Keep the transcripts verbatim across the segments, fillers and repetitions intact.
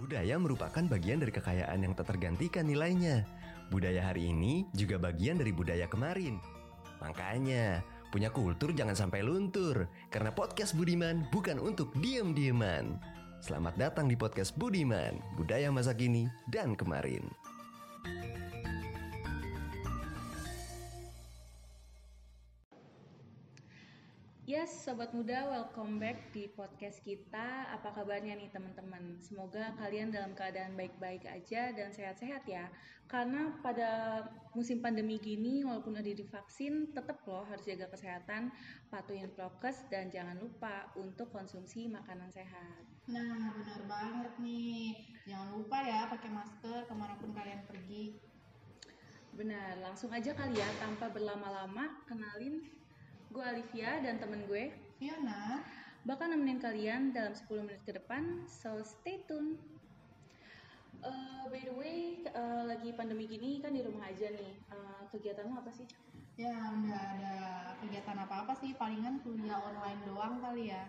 Budaya merupakan bagian dari kekayaan yang tak tergantikan nilainya. Budaya hari ini juga bagian dari budaya kemarin. Makanya, punya kultur jangan sampai luntur. Karena podcast Budiman bukan untuk diem-dieman. Selamat datang di podcast Budiman, budaya masa kini dan kemarin. Yes, Sobat Muda, welcome back di podcast kita. Apa kabarnya nih teman-teman? Semoga kalian dalam keadaan baik-baik aja dan sehat-sehat ya. Karena pada musim pandemi gini, walaupun udah divaksin, tetap loh harus jaga kesehatan, patuhin prokes, dan jangan lupa untuk konsumsi makanan sehat. Nah, benar banget nih. Jangan lupa ya pakai masker kemanapun kalian pergi. Benar, langsung aja kali ya, tanpa berlama-lama, kenalin gue Alivia dan temen gue Fiona bakal nemenin kalian dalam sepuluh menit ke depan, so stay tune. Uh, by the way, uh, lagi pandemi gini kan di rumah aja nih, uh, kegiatan lo apa sih? Ya, nggak ada kegiatan apa-apa sih, palingan kuliah online doang kali ya.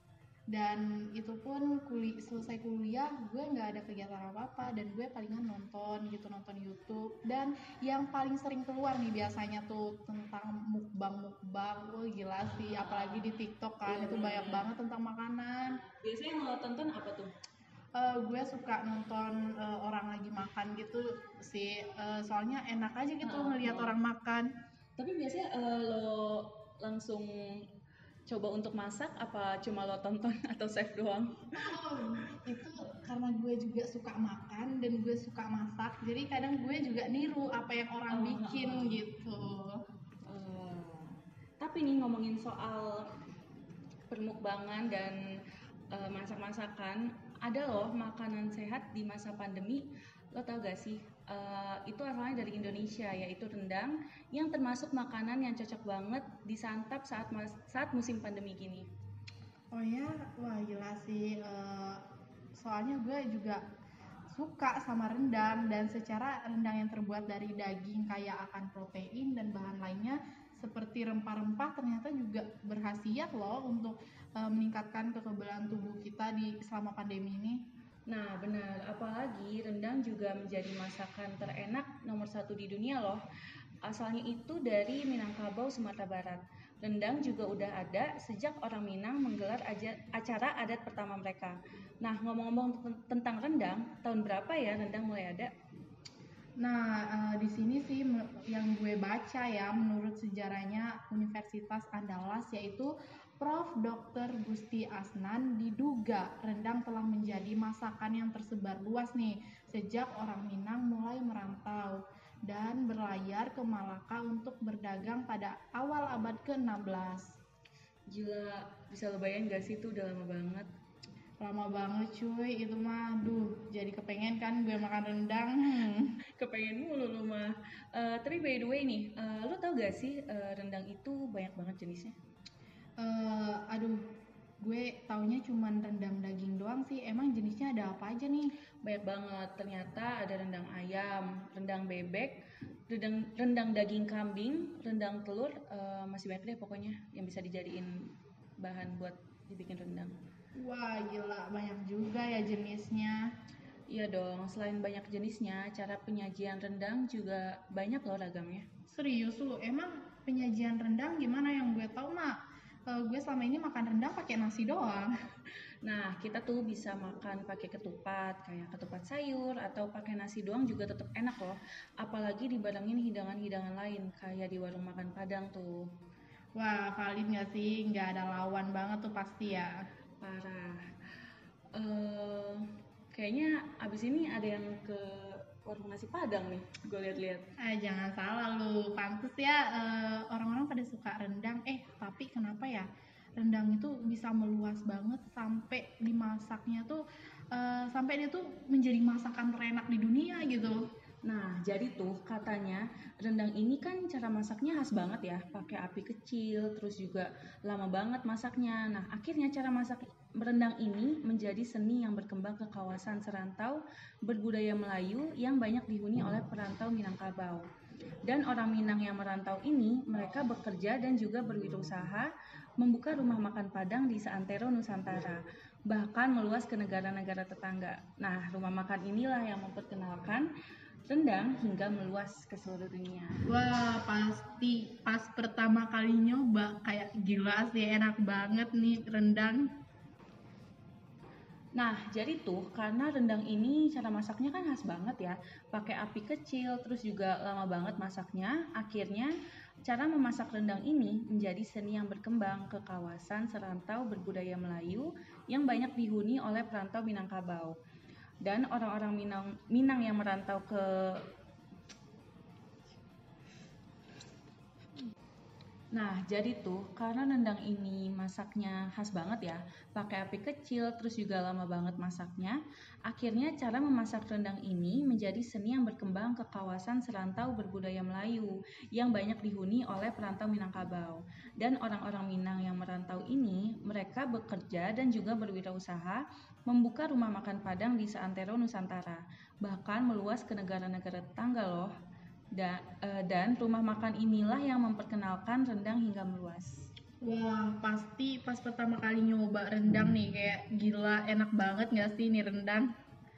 Dan itu pun kuli, selesai kuliah gue nggak ada kegiatan apa-apa dan gue palingan nonton gitu, nonton YouTube. Dan yang paling sering keluar nih biasanya tuh tentang mukbang-mukbang. Wah gila sih, apalagi di TikTok kan, itu banyak banget tentang makanan. Biasanya yang lo tonton apa tuh? Uh, gue suka nonton uh, orang lagi makan gitu sih, uh, soalnya enak aja gitu Oh, ngelihat oh. orang makan. Tapi biasanya uh, lo langsung coba untuk masak apa cuma lo tonton atau save doang? Oh, itu karena gue juga suka makan dan gue suka masak, jadi kadang gue juga niru apa yang orang Oh, bikin oh. gitu. Uh, tapi nih ngomongin soal permukbangan dan uh, masak-masakan, ada loh makanan sehat di masa pandemi. Lo tau gak sih, uh, itu asalnya dari Indonesia, yaitu rendang, yang termasuk makanan yang cocok banget disantap saat mas- saat musim pandemi gini. Oh ya, wah gila sih, uh, soalnya gue juga suka sama rendang, dan secara rendang yang terbuat dari daging kaya akan protein dan bahan lainnya seperti rempah-rempah ternyata juga berkhasiat loh untuk uh, meningkatkan kekebalan tubuh kita di selama pandemi ini. Nah benar, apalagi rendang juga menjadi masakan terenak nomor satu di dunia loh. Asalnya itu dari Minangkabau, Sumatera Barat. Rendang juga udah ada sejak orang Minang menggelar aja, acara adat pertama mereka. Nah ngomong-ngomong t- tentang rendang, tahun berapa ya rendang mulai ada? Nah, uh, di sini sih yang gue baca ya, menurut sejarahnya Universitas Andalas, yaitu Profesor Doktor Gusti Asnan, diduga rendang telah menjadi masakan yang tersebar luas nih sejak orang Minang mulai merantau dan berlayar ke Malaka untuk berdagang pada awal abad ke enam belas. Gila, bisa lo bayangin gak sih, itu udah lama banget. Lama banget cuy, itu mah duh, jadi kepengen kan gue makan rendang. Kepengen mulu lu mah. Uh, tapi by the way nih, uh, lo tau gak sih uh, rendang itu banyak banget jenisnya? Uh, aduh, gue taunya cuman rendang daging doang sih. Emang jenisnya ada apa aja nih? Banyak banget, ternyata ada rendang ayam, rendang bebek, rendang, rendang daging kambing, rendang telur, uh, masih banyak deh pokoknya yang bisa dijadiin bahan buat dibikin rendang. Wah gila, banyak juga ya jenisnya. Iya dong, selain banyak jenisnya, cara penyajian rendang juga banyak loh ragamnya. Serius lu, emang penyajian rendang gimana? Yang gue tau mah uh, gue selama ini makan rendang pakai nasi doang. Nah, kita tuh bisa makan pakai ketupat, kayak ketupat sayur, atau pakai nasi doang juga tetap enak loh. Apalagi dibarengin hidangan-hidangan lain, kayak di warung makan Padang tuh. Wah, valid gak sih? Gak ada lawan banget tuh pasti ya. Parah. Uh, kayaknya abis ini ada yang ke warung nasi Padang nih, gue lihat-lihat. Eh jangan salah lu, pantes ya uh, orang-orang pada suka rendang. Eh tapi kenapa ya rendang itu bisa meluas banget sampai dimasaknya tuh uh, sampai dia tuh menjadi masakan terenak di dunia gitu. Nah, jadi tuh katanya rendang ini kan cara masaknya khas banget ya, pakai api kecil, terus juga lama banget masaknya. Nah, akhirnya cara masak rendang ini menjadi seni yang berkembang ke kawasan serantau berbudaya Melayu yang banyak dihuni oleh perantau Minangkabau. Dan orang Minang yang merantau ini, mereka bekerja dan juga berwirausaha membuka rumah makan Padang di seantero Nusantara. bahkan meluas ke negara-negara tetangga. Nah, rumah makan inilah yang memperkenalkan rendang hingga meluas ke seluruh dunia. Wah, pasti pas pertama kali nyoba kayak gila sih, enak banget nih rendang. Nah, jadi tuh karena rendang ini cara masaknya kan khas banget ya, pakai api kecil, terus juga lama banget masaknya. Akhirnya cara memasak rendang ini menjadi seni yang berkembang ke kawasan serantau berbudaya Melayu yang banyak dihuni oleh perantau Minangkabau. Dan orang-orang Minang, Minang yang merantau ke Nah, jadi tuh karena rendang ini masaknya khas banget ya, pakai api kecil terus juga lama banget masaknya. Akhirnya cara memasak rendang ini menjadi seni yang berkembang ke kawasan serantau berbudaya Melayu yang banyak dihuni oleh perantau Minangkabau. Dan orang-orang Minang yang merantau ini, mereka bekerja dan juga berwirausaha membuka rumah makan Padang di seantero Nusantara, bahkan meluas ke negara-negara tetangga loh. Da, eh, dan rumah makan inilah yang memperkenalkan rendang hingga meluas. Wah, pasti pas pertama kali nyoba rendang nih kayak gila enak banget nggak sih ini rendang?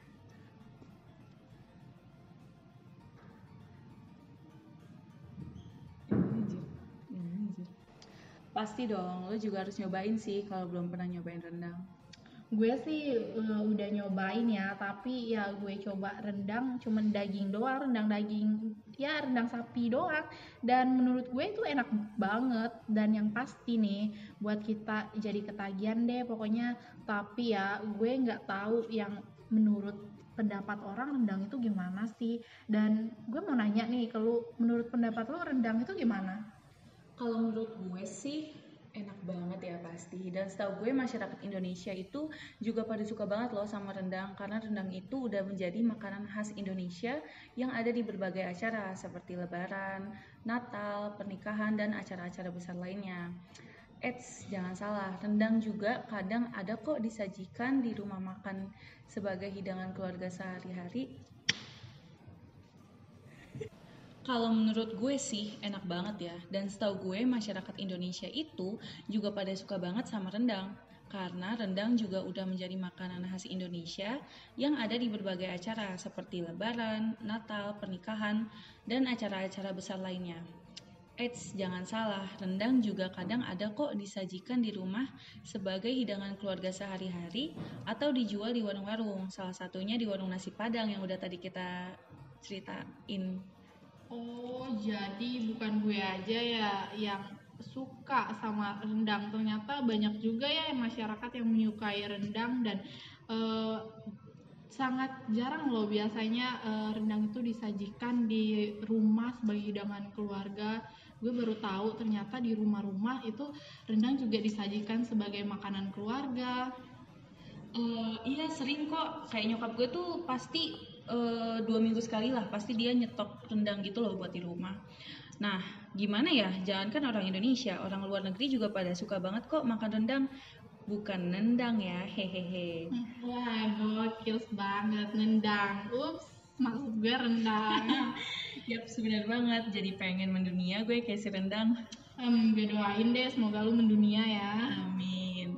Pasti dong, lo juga harus nyobain sih kalau belum pernah nyobain rendang. Gue sih uh, udah nyobain ya, tapi ya gue coba rendang cuman daging doang, rendang daging, ya rendang sapi doang. Dan menurut gue itu enak banget. Dan yang pasti nih, buat kita jadi ketagihan deh pokoknya. Tapi ya gue nggak tahu yang menurut pendapat orang rendang itu gimana sih. Dan gue mau nanya nih, kalau menurut pendapat lo rendang itu gimana? Kalau menurut gue sih enak banget ya pasti. Dan setahu gue masyarakat Indonesia itu juga pada suka banget loh sama rendang, karena rendang itu udah menjadi makanan khas Indonesia yang ada di berbagai acara seperti Lebaran, Natal, pernikahan, dan acara-acara besar lainnya. Eits, jangan salah, rendang juga kadang ada kok disajikan di rumah makan sebagai hidangan keluarga sehari-hari. Kalau menurut gue sih enak banget ya. Dan setahu gue masyarakat Indonesia itu juga pada suka banget sama rendang. Karena rendang juga udah menjadi makanan khas Indonesia yang ada di berbagai acara seperti Lebaran, Natal, pernikahan, dan acara-acara besar lainnya. Eits, jangan salah, rendang juga kadang ada kok disajikan di rumah sebagai hidangan keluarga sehari-hari atau dijual di warung-warung. Salah satunya di warung nasi Padang yang udah tadi kita ceritain. Oh, jadi bukan gue aja ya yang suka sama rendang. Ternyata banyak juga ya masyarakat yang menyukai rendang dan eh, sangat jarang loh biasanya eh, rendang itu disajikan di rumah sebagai hidangan keluarga. Gue baru tahu ternyata di rumah-rumah itu rendang juga disajikan sebagai makanan keluarga. Uh, iya sering kok, kayak nyokap gue tuh pasti uh, dua minggu sekali lah pasti dia nyetok rendang gitu loh buat di rumah. Nah, gimana ya, jangankan orang Indonesia, orang luar negeri juga pada suka banget kok makan rendang. Bukan nendang ya, hehehe. Wah, gokil banget, nendang. Ups, maksud gue rendang. Yap, sebenar banget, jadi pengen mendunia gue kayak si rendang. Um, gue doain deh, semoga lu mendunia ya. Amin.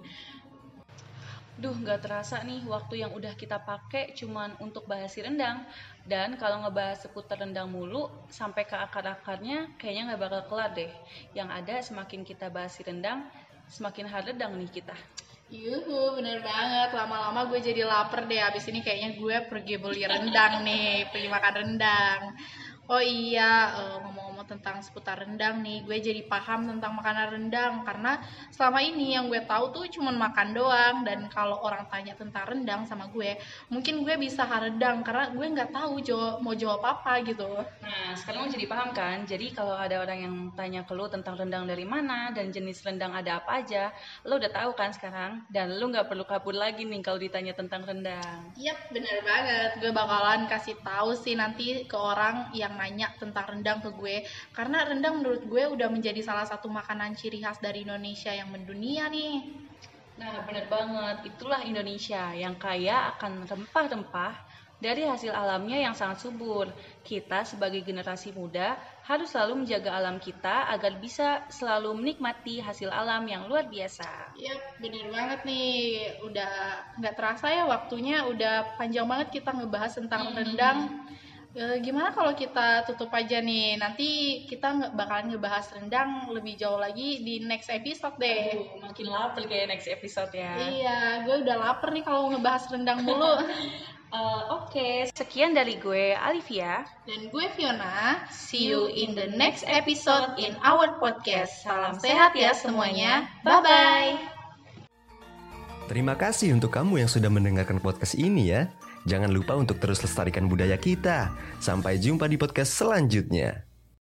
Duh, gak terasa nih waktu yang udah kita pakai cuman untuk bahas si rendang. Dan kalau ngebahas seputar rendang mulu, sampai ke akar-akarnya kayaknya gak bakal kelar deh. Yang ada semakin kita bahas si rendang, semakin hard rendang nih kita. Yuhu, bener banget. Lama-lama gue jadi lapar deh. Abis ini kayaknya gue pergi beli rendang nih, pergi makan rendang. Oh iya, uh, ngomong-ngomong tentang seputar rendang nih, gue jadi paham tentang makanan rendang karena selama ini yang gue tahu tuh cuma makan doang. Dan kalau orang tanya tentang rendang sama gue, mungkin gue bisa rendang karena gue nggak tahu jawab, mau jawab apa gitu. Nah, sekarang lo jadi paham kan? Jadi kalau ada orang yang tanya ke lo tentang rendang dari mana dan jenis rendang ada apa aja, lo udah tahu kan sekarang? Dan lo nggak perlu kabur lagi nih kalau ditanya tentang rendang. Yap, bener banget. Gue bakalan kasih tahu sih nanti ke orang yang nanya tentang rendang ke gue, karena rendang menurut gue udah menjadi salah satu makanan ciri khas dari Indonesia yang mendunia nih. Nah, bener banget, itulah Indonesia yang kaya akan rempah-rempah, dari hasil alamnya yang sangat subur. Kita sebagai generasi muda harus selalu menjaga alam kita agar bisa selalu menikmati hasil alam yang luar biasa. Yap, bener banget nih. Udah nggak terasa ya waktunya, udah panjang banget kita ngebahas tentang Hmm. rendang. E, gimana kalau kita tutup aja nih? Nanti kita nge- bakalan ngebahas rendang lebih jauh lagi di next episode deh. Aduh, makin lapar kayak next episode ya. Iya, gue udah lapar nih kalau ngebahas rendang mulu. Uh, Oke, sekian dari gue Alivia. Dan gue Fiona. See you in the next episode in our podcast. Salam sehat ya semuanya. Bye-bye. Terima kasih untuk kamu yang sudah mendengarkan podcast ini ya. Jangan lupa untuk terus lestarikan budaya kita. Sampai jumpa di podcast selanjutnya.